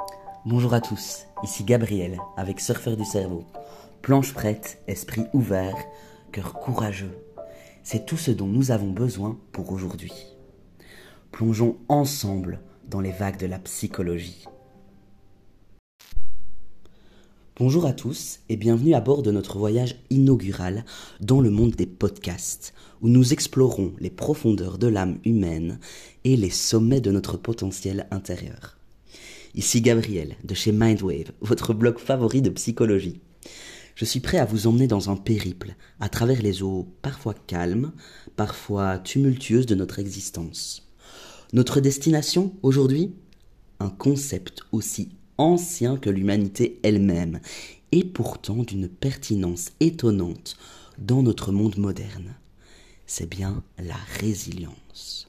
Bonjour à tous, ici Gabriel avec Surfeur du cerveau. Planche prête, esprit ouvert, cœur courageux. C'est tout ce dont nous avons besoin pour aujourd'hui. Plongeons ensemble dans les vagues de la psychologie. Bonjour à tous et bienvenue à bord de notre voyage inaugural dans le monde des podcasts, où nous explorons les profondeurs de l'âme humaine et les sommets de notre potentiel intérieur. Ici Gabriel, de chez Mindwave, votre blog favori de psychologie. Je suis prêt à vous emmener dans un périple, à travers les eaux parfois calmes, parfois tumultueuses de notre existence. Notre destination, aujourd'hui ? Un concept aussi ancien que l'humanité elle-même, et pourtant d'une pertinence étonnante dans notre monde moderne. C'est bien la résilience.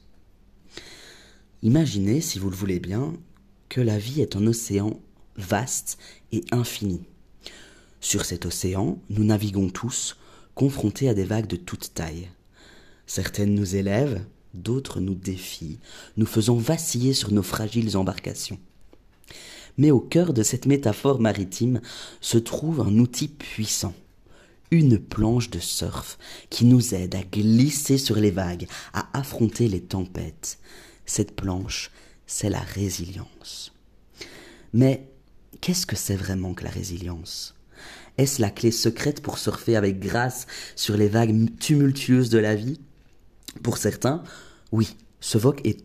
Imaginez, si vous le voulez bien, que la vie est un océan vaste et infini. Sur cet océan, nous naviguons tous, confrontés à des vagues de toute taille. Certaines nous élèvent, d'autres nous défient, nous faisant vaciller sur nos fragiles embarcations. Mais au cœur de cette métaphore maritime se trouve un outil puissant, une planche de surf qui nous aide à glisser sur les vagues, à affronter les tempêtes. Cette planche, c'est la résilience. Mais qu'est-ce que c'est vraiment que la résilience ? Est-ce la clé secrète pour surfer avec grâce sur les vagues tumultueuses de la vie ? Pour certains, oui, ce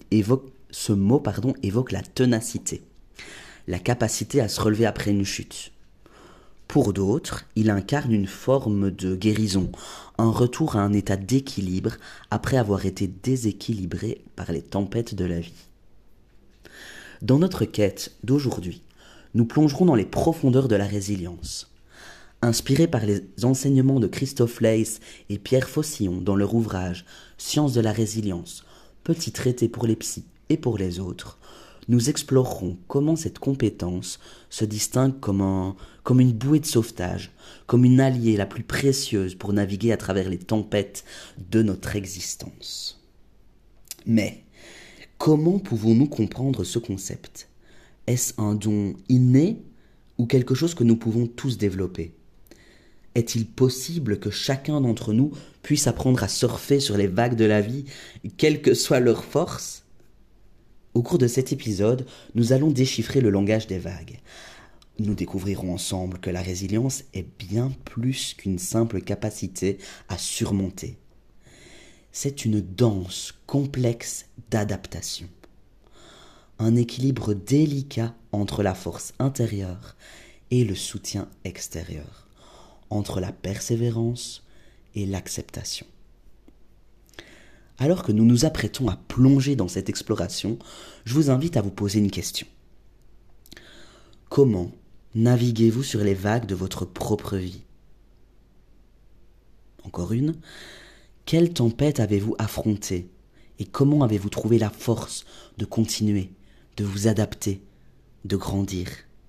mot évoque la ténacité, la capacité à se relever après une chute. Pour d'autres, il incarne une forme de guérison, un retour à un état d'équilibre après avoir été déséquilibré par les tempêtes de la vie. Dans notre quête d'aujourd'hui, nous plongerons dans les profondeurs de la résilience. Inspirés par les enseignements de Christophe Leys et Pierre Faucillon dans leur ouvrage « Science de la résilience », petit traité pour les psys et pour les autres, nous explorerons comment cette compétence se distingue comme une bouée de sauvetage, comme une alliée la plus précieuse pour naviguer à travers les tempêtes de notre existence. Mais comment pouvons-nous comprendre ce concept ? Est-ce un don inné ou quelque chose que nous pouvons tous développer ? Est-il possible que chacun d'entre nous puisse apprendre à surfer sur les vagues de la vie, quelle que soit leur force ? Au cours de cet épisode, nous allons déchiffrer le langage des vagues. Nous découvrirons ensemble que la résilience est bien plus qu'une simple capacité à surmonter. C'est une danse complexe d'adaptation. Un équilibre délicat entre la force intérieure et le soutien extérieur, entre la persévérance et l'acceptation. Alors que nous nous apprêtons à plonger dans cette exploration, je vous invite à vous poser une question. Comment naviguez-vous sur les vagues de votre propre vie ? Encore une, quelle tempête avez-vous affrontée et comment avez-vous trouvé la force de continuer, de vous adapter, de grandir ?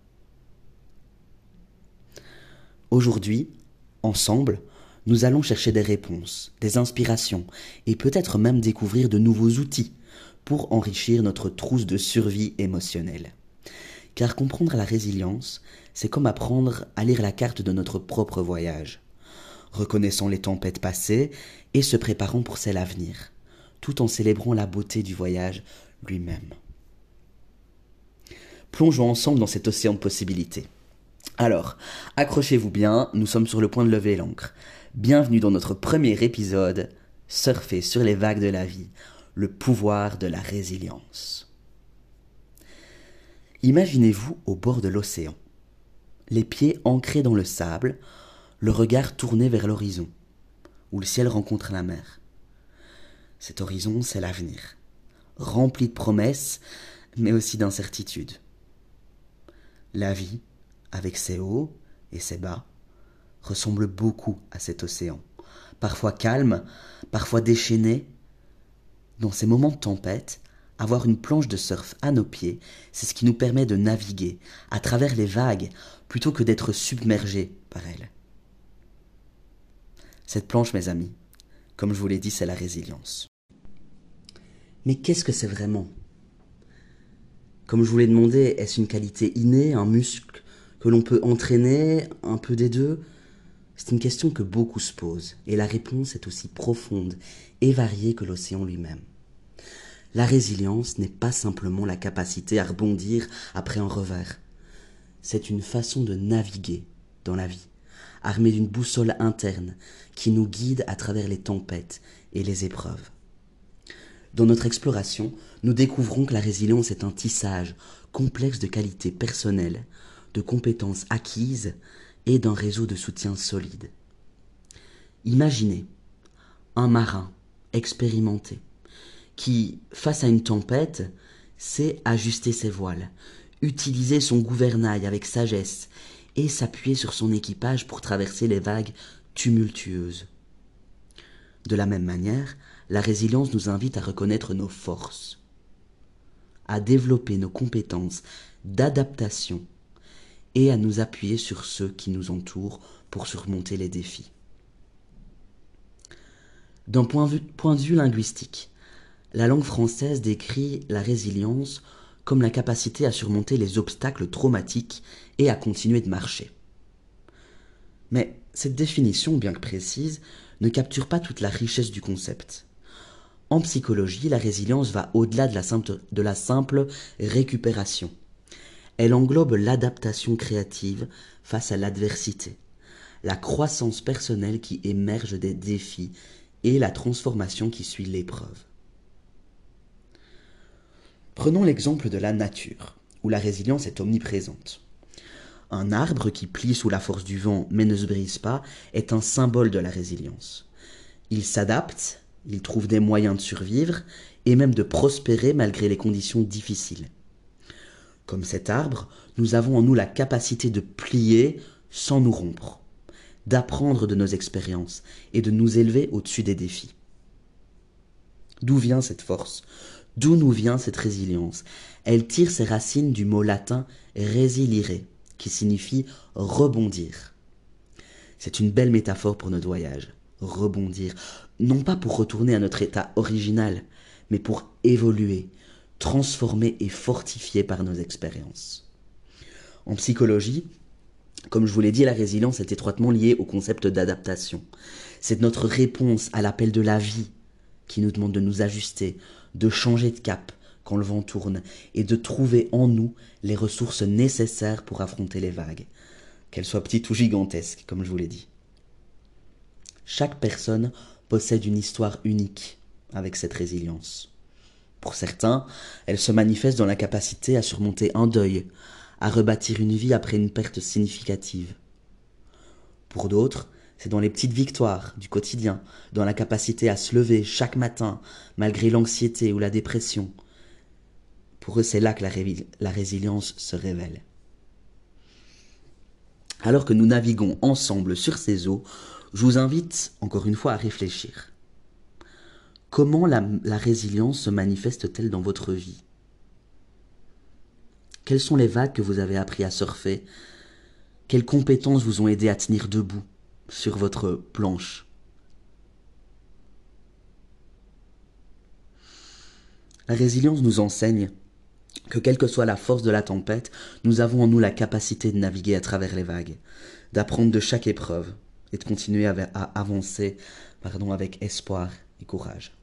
Aujourd'hui, ensemble, nous allons chercher des réponses, des inspirations et peut-être même découvrir de nouveaux outils pour enrichir notre trousse de survie émotionnelle. Car comprendre la résilience, c'est comme apprendre à lire la carte de notre propre voyage, reconnaissant les tempêtes passées et se préparant pour celles à venir, tout en célébrant la beauté du voyage lui-même. Plongeons ensemble dans cet océan de possibilités. Alors, accrochez-vous bien, nous sommes sur le point de lever l'ancre. Bienvenue dans notre premier épisode, Surfer sur les vagues de la vie, le pouvoir de la résilience. Imaginez-vous au bord de l'océan, les pieds ancrés dans le sable, le regard tourné vers l'horizon, où le ciel rencontre la mer. Cet horizon, c'est l'avenir, rempli de promesses, mais aussi d'incertitudes. La vie, avec ses hauts et ses bas, ressemble beaucoup à cet océan, parfois calme, parfois déchaîné. Dans ces moments de tempête, avoir une planche de surf à nos pieds, c'est ce qui nous permet de naviguer à travers les vagues plutôt que d'être submergés par elles. Cette planche, mes amis, comme je vous l'ai dit, c'est la résilience. Mais qu'est-ce que c'est vraiment ? Comme je vous l'ai demandé, est-ce une qualité innée, un muscle que l'on peut entraîner, un peu des deux? C'est une question que beaucoup se posent, et la réponse est aussi profonde et variée que l'océan lui-même. La résilience n'est pas simplement la capacité à rebondir après un revers. C'est une façon de naviguer dans la vie, armée d'une boussole interne qui nous guide à travers les tempêtes et les épreuves. Dans notre exploration, nous découvrons que la résilience est un tissage complexe de qualités personnelles, de compétences acquises et d'un réseau de soutien solide. Imaginez un marin expérimenté qui, face à une tempête, sait ajuster ses voiles, utiliser son gouvernail avec sagesse et s'appuyer sur son équipage pour traverser les vagues tumultueuses. De la même manière, la résilience nous invite à reconnaître nos forces, à développer nos compétences d'adaptation et à nous appuyer sur ceux qui nous entourent pour surmonter les défis. D'un point de vue linguistique, la langue française décrit la résilience comme la capacité à surmonter les obstacles traumatiques et à continuer de marcher. Mais cette définition, bien que précise, ne capture pas toute la richesse du concept. En psychologie, la résilience va au-delà de la simple récupération. Elle englobe l'adaptation créative face à l'adversité, la croissance personnelle qui émerge des défis et la transformation qui suit l'épreuve. Prenons l'exemple de la nature, où la résilience est omniprésente. Un arbre qui plie sous la force du vent mais ne se brise pas est un symbole de la résilience. Il s'adapte, il trouve des moyens de survivre et même de prospérer malgré les conditions difficiles. Comme cet arbre, nous avons en nous la capacité de plier sans nous rompre, d'apprendre de nos expériences et de nous élever au-dessus des défis. D'où vient cette force ? D'où nous vient cette résilience ? Elle tire ses racines du mot latin resilire, qui signifie rebondir. C'est une belle métaphore pour notre voyage. Rebondir, non pas pour retourner à notre état original, mais pour évoluer, transformer et fortifier par nos expériences. En psychologie, comme je vous l'ai dit, la résilience est étroitement liée au concept d'adaptation. C'est notre réponse à l'appel de la vie qui nous demande de nous ajuster, de changer de cap quand le vent tourne et de trouver en nous les ressources nécessaires pour affronter les vagues, qu'elles soient petites ou gigantesques, comme je vous l'ai dit. Chaque personne possède une histoire unique avec cette résilience. Pour certains, elle se manifeste dans la capacité à surmonter un deuil, à rebâtir une vie après une perte significative. Pour d'autres, c'est dans les petites victoires du quotidien, dans la capacité à se lever chaque matin, malgré l'anxiété ou la dépression. Pour eux, c'est là que la résilience se révèle. Alors que nous naviguons ensemble sur ces eaux, je vous invite encore une fois à réfléchir. Comment la résilience se manifeste-t-elle dans votre vie ? Quelles sont les vagues que vous avez appris à surfer ? Quelles compétences vous ont aidé à tenir debout sur votre planche ? La résilience nous enseigne que quelle que soit la force de la tempête, nous avons en nous la capacité de naviguer à travers les vagues, d'apprendre de chaque épreuve et de continuer à avancer avec espoir et courage.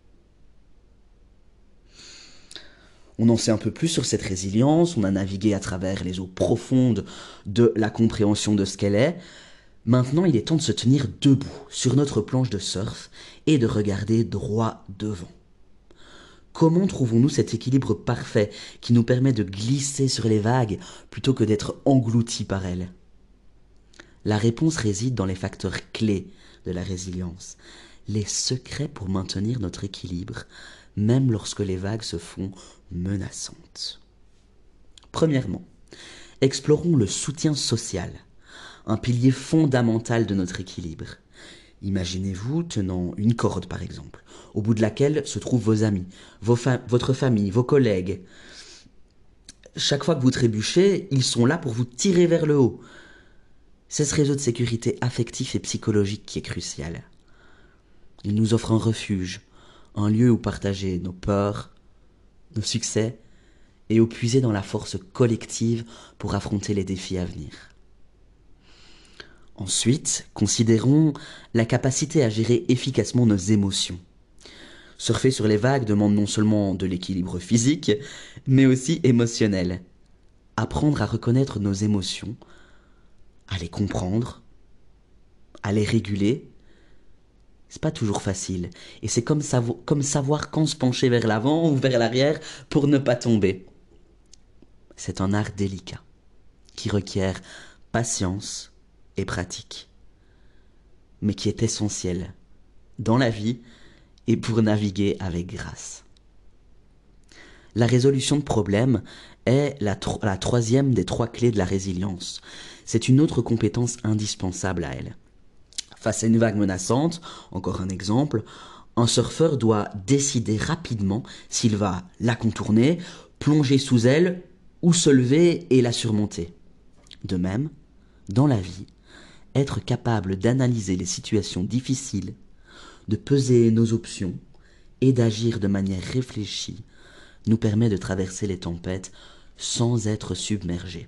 On en sait un peu plus sur cette résilience, on a navigué à travers les eaux profondes de la compréhension de ce qu'elle est. Maintenant, il est temps de se tenir debout sur notre planche de surf et de regarder droit devant. Comment trouvons-nous cet équilibre parfait qui nous permet de glisser sur les vagues plutôt que d'être engloutis par elles ? La réponse réside dans les facteurs clés de la résilience, les secrets pour maintenir notre équilibre, même lorsque les vagues se font menaçantes. Premièrement, explorons le soutien social, un pilier fondamental de notre équilibre. Imaginez-vous tenant une corde par exemple, au bout de laquelle se trouvent vos amis, votre famille, vos collègues. Chaque fois que vous trébuchez, ils sont là pour vous tirer vers le haut. C'est ce réseau de sécurité affectif et psychologique qui est crucial. Il nous offre un refuge, un lieu où partager nos peurs, nos succès et au puiser dans la force collective pour affronter les défis à venir. Ensuite, considérons la capacité à gérer efficacement nos émotions. Surfer sur les vagues demande non seulement de l'équilibre physique, mais aussi émotionnel. Apprendre à reconnaître nos émotions, à les comprendre, à les réguler, c'est pas toujours facile. Et c'est comme savoir quand se pencher vers l'avant ou vers l'arrière pour ne pas tomber. C'est un art délicat, qui requiert patience et pratique, mais qui est essentiel dans la vie et pour naviguer avec grâce. La résolution de problèmes est la troisième des 3 clés de la résilience. C'est une autre compétence indispensable à elle. Face à une vague menaçante, encore un exemple, un surfeur doit décider rapidement s'il va la contourner, plonger sous elle ou se lever et la surmonter. De même, dans la vie, être capable d'analyser les situations difficiles, de peser nos options et d'agir de manière réfléchie nous permet de traverser les tempêtes sans être submergé.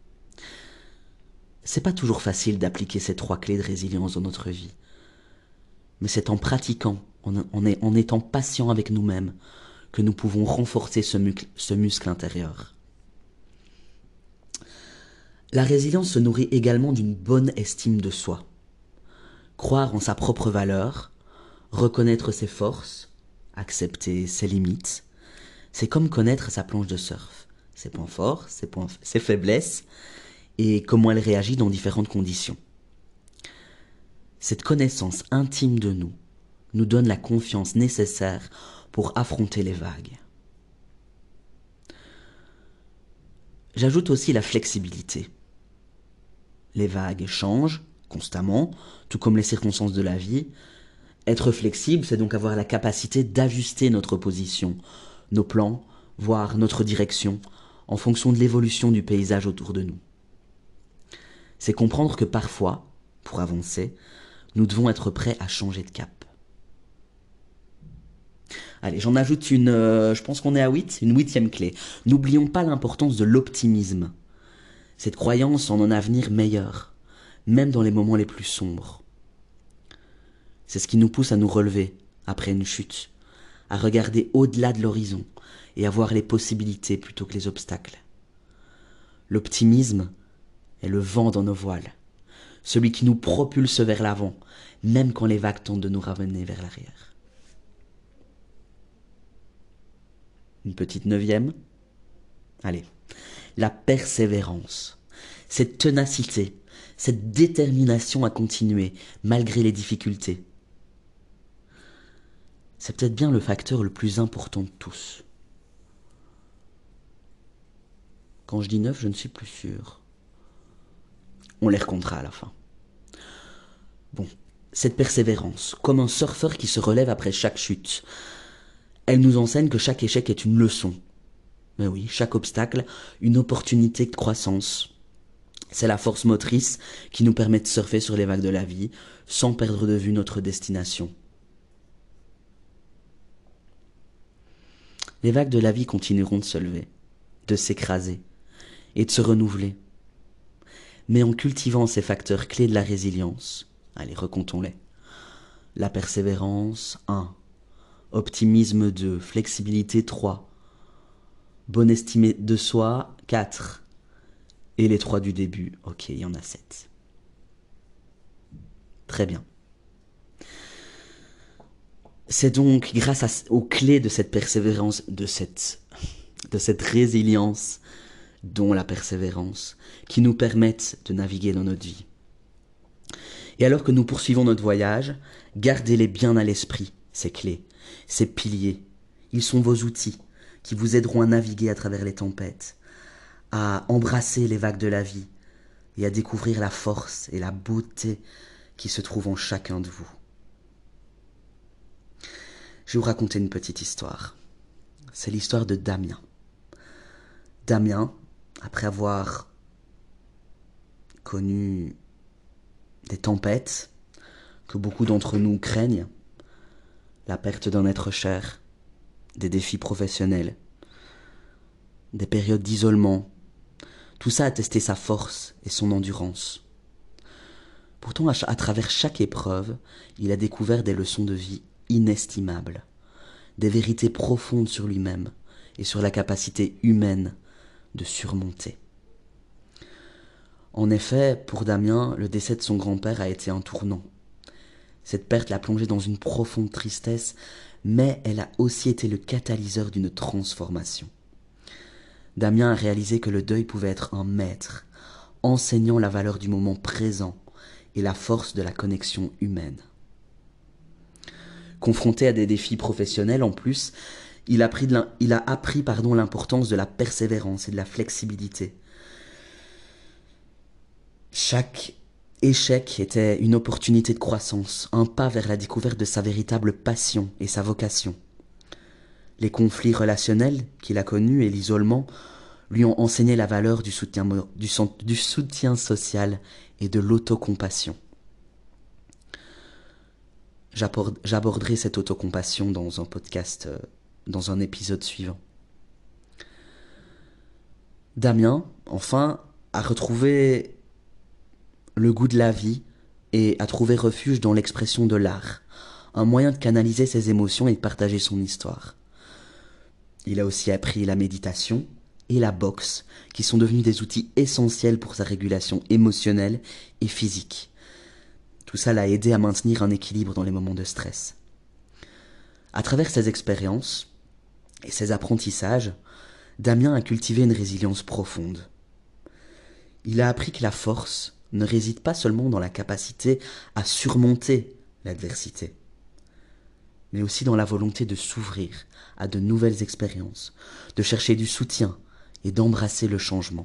C'est pas toujours facile d'appliquer ces 3 clés de résilience dans notre vie. Mais c'est en pratiquant, en étant patient avec nous-mêmes, que nous pouvons renforcer ce muscle intérieur. La résilience se nourrit également d'une bonne estime de soi. Croire en sa propre valeur, reconnaître ses forces, accepter ses limites, c'est comme connaître sa planche de surf, ses points forts, ses faiblesses, et comment elle réagit dans différentes conditions. Cette connaissance intime de nous nous donne la confiance nécessaire pour affronter les vagues. J'ajoute aussi la flexibilité. Les vagues changent constamment, tout comme les circonstances de la vie. Être flexible, c'est donc avoir la capacité d'ajuster notre position, nos plans, voire notre direction, en fonction de l'évolution du paysage autour de nous. C'est comprendre que parfois, pour avancer, nous devons être prêts à changer de cap. Allez, j'en ajoute une, je pense qu'on est à 8, une 8e clé. N'oublions pas l'importance de l'optimisme. Cette croyance en un avenir meilleur, même dans les moments les plus sombres. C'est ce qui nous pousse à nous relever après une chute, à regarder au-delà de l'horizon et à voir les possibilités plutôt que les obstacles. L'optimisme est le vent dans nos voiles, celui qui nous propulse vers l'avant, même quand les vagues tentent de nous ramener vers l'arrière. Une petite 9e. Allez, la persévérance, cette ténacité, cette détermination à continuer malgré les difficultés. C'est peut-être bien le facteur le plus important de tous. Quand je dis 9, je ne suis plus sûr. On les recomptera à la fin. Bon, cette persévérance, comme un surfeur qui se relève après chaque chute, elle nous enseigne que chaque échec est une leçon. Mais oui, chaque obstacle, une opportunité de croissance. C'est la force motrice qui nous permet de surfer sur les vagues de la vie, sans perdre de vue notre destination. Les vagues de la vie continueront de se lever, de s'écraser et de se renouveler. Mais en cultivant ces facteurs clés de la résilience, allez, recomptons-les. La persévérance, 1. Optimisme, 2. Flexibilité, 3. Bonne estime de soi, 4. Et les 3 du début, ok, il y en a 7. Très bien. C'est donc grâce aux clés de cette persévérance, de cette résilience, dont la persévérance, qui nous permettent de naviguer dans notre vie. Et alors que nous poursuivons notre voyage, gardez-les bien à l'esprit, ces clés, ces piliers. Ils sont vos outils qui vous aideront à naviguer à travers les tempêtes, à embrasser les vagues de la vie et à découvrir la force et la beauté qui se trouvent en chacun de vous. Je vais vous raconter une petite histoire. C'est l'histoire de Damien. Damien, après avoir connu des tempêtes que beaucoup d'entre nous craignent, la perte d'un être cher, des défis professionnels, des périodes d'isolement. Tout ça a testé sa force et son endurance. Pourtant, à travers chaque épreuve, il a découvert des leçons de vie inestimables, des vérités profondes sur lui-même et sur la capacité humaine de surmonter. En effet, pour Damien, le décès de son grand-père a été un tournant. Cette perte l'a plongé dans une profonde tristesse, mais elle a aussi été le catalyseur d'une transformation. Damien a réalisé que le deuil pouvait être un maître, enseignant la valeur du moment présent et la force de la connexion humaine. Confronté à des défis professionnels en plus, il a appris l'importance de la persévérance et de la flexibilité. Chaque échec était une opportunité de croissance, un pas vers la découverte de sa véritable passion et sa vocation. Les conflits relationnels qu'il a connus et l'isolement lui ont enseigné la valeur du soutien social et de l'autocompassion. J'aborderai cette autocompassion dans un podcast, dans un épisode suivant. Damien, enfin, a retrouvé le goût de la vie et a trouvé refuge dans l'expression de l'art, un moyen de canaliser ses émotions et de partager son histoire. Il a aussi appris la méditation et la boxe, qui sont devenus des outils essentiels pour sa régulation émotionnelle et physique. Tout ça l'a aidé à maintenir un équilibre dans les moments de stress. À travers ses expériences et ses apprentissages, Damien a cultivé une résilience profonde. Il a appris que la force ne réside pas seulement dans la capacité à surmonter l'adversité, mais aussi dans la volonté de s'ouvrir à de nouvelles expériences, de chercher du soutien et d'embrasser le changement.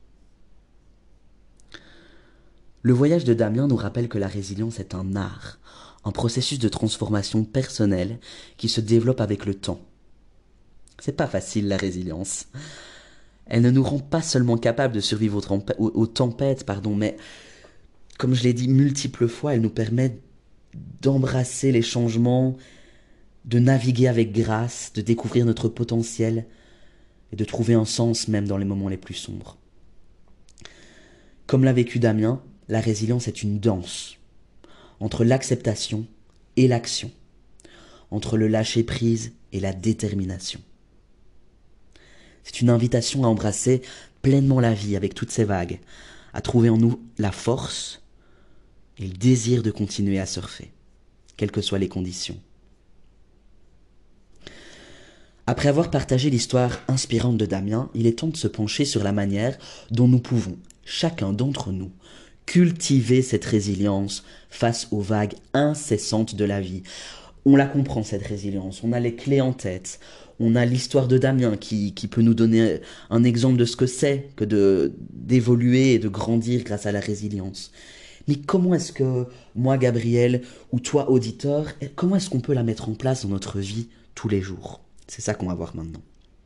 Le voyage de Damien nous rappelle que la résilience est un art, un processus de transformation personnelle qui se développe avec le temps. C'est pas facile la résilience. Elle ne nous rend pas seulement capables de survivre aux tempêtes, mais comme je l'ai dit multiples fois, elle nous permet d'embrasser les changements, de naviguer avec grâce, de découvrir notre potentiel et de trouver un sens même dans les moments les plus sombres. Comme l'a vécu Damien, la résilience est une danse entre l'acceptation et l'action, entre le lâcher-prise et la détermination. C'est une invitation à embrasser pleinement la vie avec toutes ses vagues, à trouver en nous la force et le désir de continuer à surfer, quelles que soient les conditions. Après avoir partagé l'histoire inspirante de Damien, il est temps de se pencher sur la manière dont nous pouvons, chacun d'entre nous, cultiver cette résilience face aux vagues incessantes de la vie. On la comprend, cette résilience, on a les clés en tête, on a l'histoire de Damien qui peut nous donner un exemple de ce que c'est que d'évoluer et de grandir grâce à la résilience. Mais comment est-ce que moi, Gabriel, ou toi, auditeur, comment est-ce qu'on peut la mettre en place dans notre vie tous les jours ? C'est ça qu'on va voir maintenant.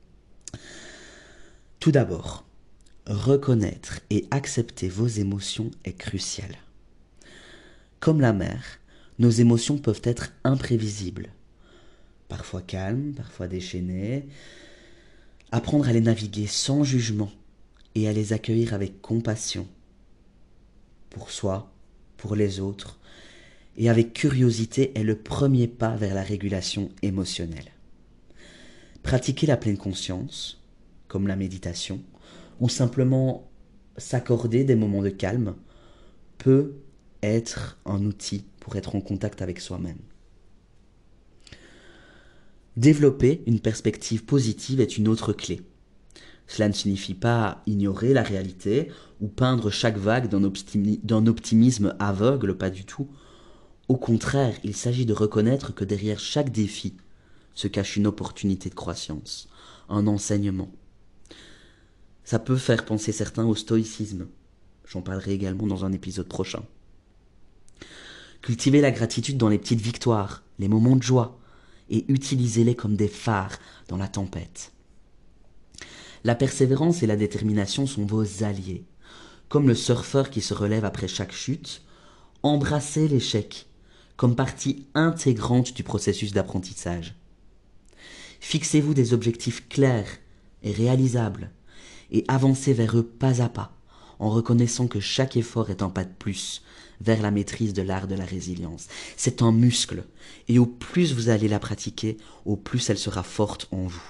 Tout d'abord, reconnaître et accepter vos émotions est crucial. Comme la mer, nos émotions peuvent être imprévisibles, parfois calmes, parfois déchaînées. Apprendre à les naviguer sans jugement et à les accueillir avec compassion, pour soi, pour les autres, et avec curiosité est le premier pas vers la régulation émotionnelle. Pratiquer la pleine conscience, comme la méditation, ou simplement s'accorder des moments de calme, peut être un outil pour être en contact avec soi-même. Développer une perspective positive est une autre clé. Cela ne signifie pas ignorer la réalité ou peindre chaque vague d'un optimisme aveugle, pas du tout. Au contraire, il s'agit de reconnaître que derrière chaque défi se cache une opportunité de croissance, un enseignement. Ça peut faire penser certains au stoïcisme. J'en parlerai également dans un épisode prochain. Cultivez la gratitude dans les petites victoires, les moments de joie, et utilisez-les comme des phares dans la tempête. La persévérance et la détermination sont vos alliés. Comme le surfeur qui se relève après chaque chute, embrassez l'échec comme partie intégrante du processus d'apprentissage. Fixez-vous des objectifs clairs et réalisables, et avancez vers eux pas à pas, en reconnaissant que chaque effort est un pas de plus vers la maîtrise de l'art de la résilience. C'est un muscle, et au plus vous allez la pratiquer, au plus elle sera forte en vous.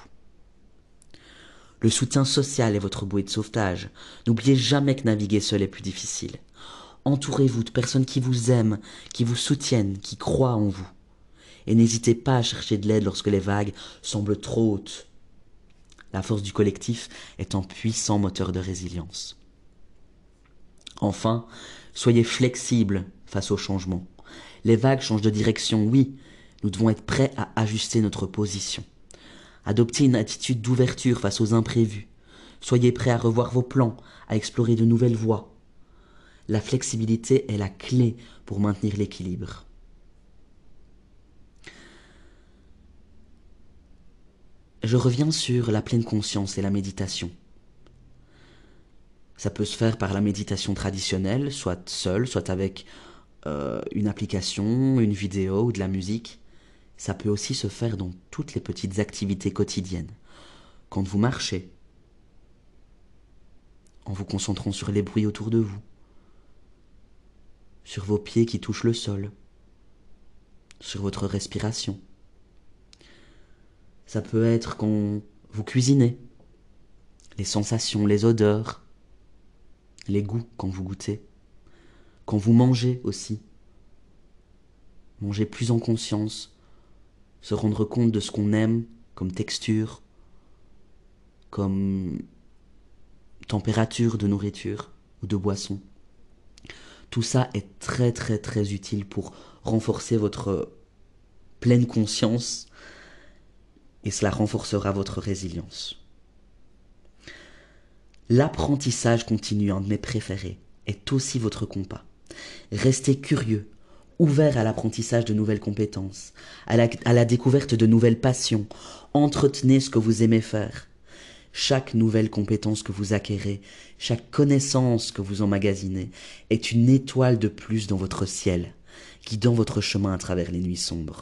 Le soutien social est votre bouée de sauvetage. N'oubliez jamais que naviguer seul est plus difficile. Entourez-vous de personnes qui vous aiment, qui vous soutiennent, qui croient en vous. Et n'hésitez pas à chercher de l'aide lorsque les vagues semblent trop hautes. La force du collectif est un puissant moteur de résilience. Enfin, soyez flexibles face au changement. Les vagues changent de direction, oui. Nous devons être prêts à ajuster notre position. Adoptez une attitude d'ouverture face aux imprévus. Soyez prêts à revoir vos plans, à explorer de nouvelles voies. La flexibilité est la clé pour maintenir l'équilibre. Je reviens sur la pleine conscience et la méditation. Ça peut se faire par la méditation traditionnelle, soit seule, soit avec une application, une vidéo ou de la musique. Ça peut aussi se faire dans toutes les petites activités quotidiennes. Quand vous marchez, en vous concentrant sur les bruits autour de vous, sur vos pieds qui touchent le sol, sur votre respiration. Ça peut être quand vous cuisinez, les sensations, les odeurs, les goûts quand vous goûtez, quand vous mangez aussi. Manger plus en conscience, se rendre compte de ce qu'on aime comme texture, comme température de nourriture ou de boisson. Tout ça est très très très utile pour renforcer votre pleine conscience et cela renforcera votre résilience. L'apprentissage continu, un de mes préférés, est aussi votre compas. Restez curieux, ouvert à l'apprentissage de nouvelles compétences, à la découverte de nouvelles passions. Entretenez ce que vous aimez faire. Chaque nouvelle compétence que vous acquérez, chaque connaissance que vous emmagasinez est une étoile de plus dans votre ciel, guidant votre chemin à travers les nuits sombres.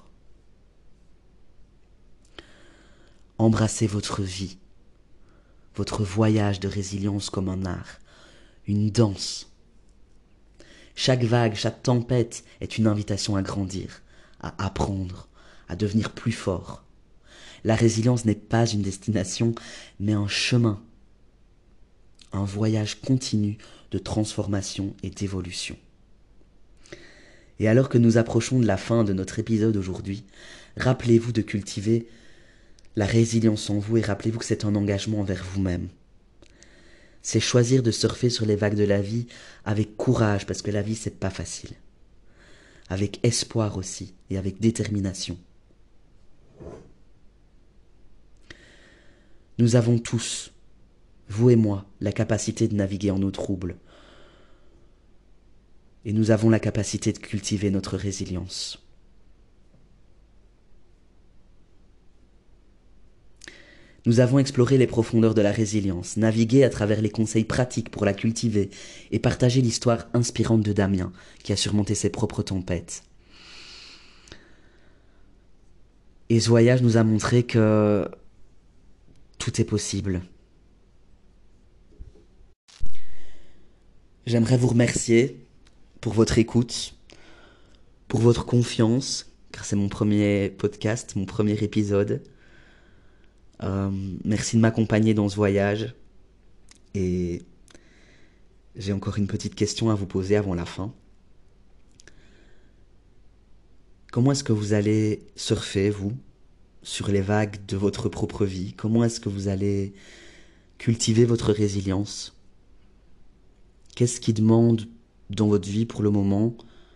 Embrassez votre vie, votre voyage de résilience comme un art, une danse. Chaque vague, chaque tempête est une invitation à grandir, à apprendre, à devenir plus fort. La résilience n'est pas une destination, mais un chemin, un voyage continu de transformation et d'évolution. Et alors que nous approchons de la fin de notre épisode aujourd'hui, rappelez-vous de cultiver la résilience en vous et rappelez-vous que c'est un engagement envers vous-même. C'est choisir de surfer sur les vagues de la vie avec courage, parce que la vie c'est pas facile. Avec espoir aussi et avec détermination. Nous avons tous, vous et moi, la capacité de naviguer en eau trouble. Et nous avons la capacité de cultiver notre résilience. Nous avons exploré les profondeurs de la résilience, navigué à travers les conseils pratiques pour la cultiver et partagé l'histoire inspirante de Damien, qui a surmonté ses propres tempêtes. Et ce voyage nous a montré que tout est possible. J'aimerais vous remercier pour votre écoute, pour votre confiance, car c'est mon premier podcast, mon premier épisode. Merci de m'accompagner dans ce voyage. Et j'ai encore une petite question à vous poser avant la fin. Comment est-ce que vous allez surfer, vous, sur les vagues de votre propre vie? Comment est-ce que vous allez cultiver votre résilience? Qu'est-ce qui demande dans votre vie pour le moment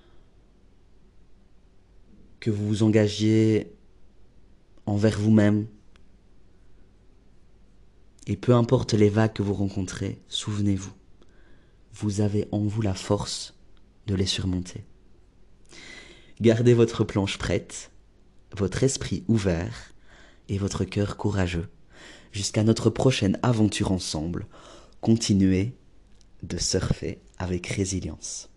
que vous vous engagiez envers vous-même? Et peu importe les vagues que vous rencontrez, souvenez-vous, vous avez en vous la force de les surmonter. Gardez votre planche prête, votre esprit ouvert et votre cœur courageux. Jusqu'à notre prochaine aventure ensemble, continuez de surfer avec résilience.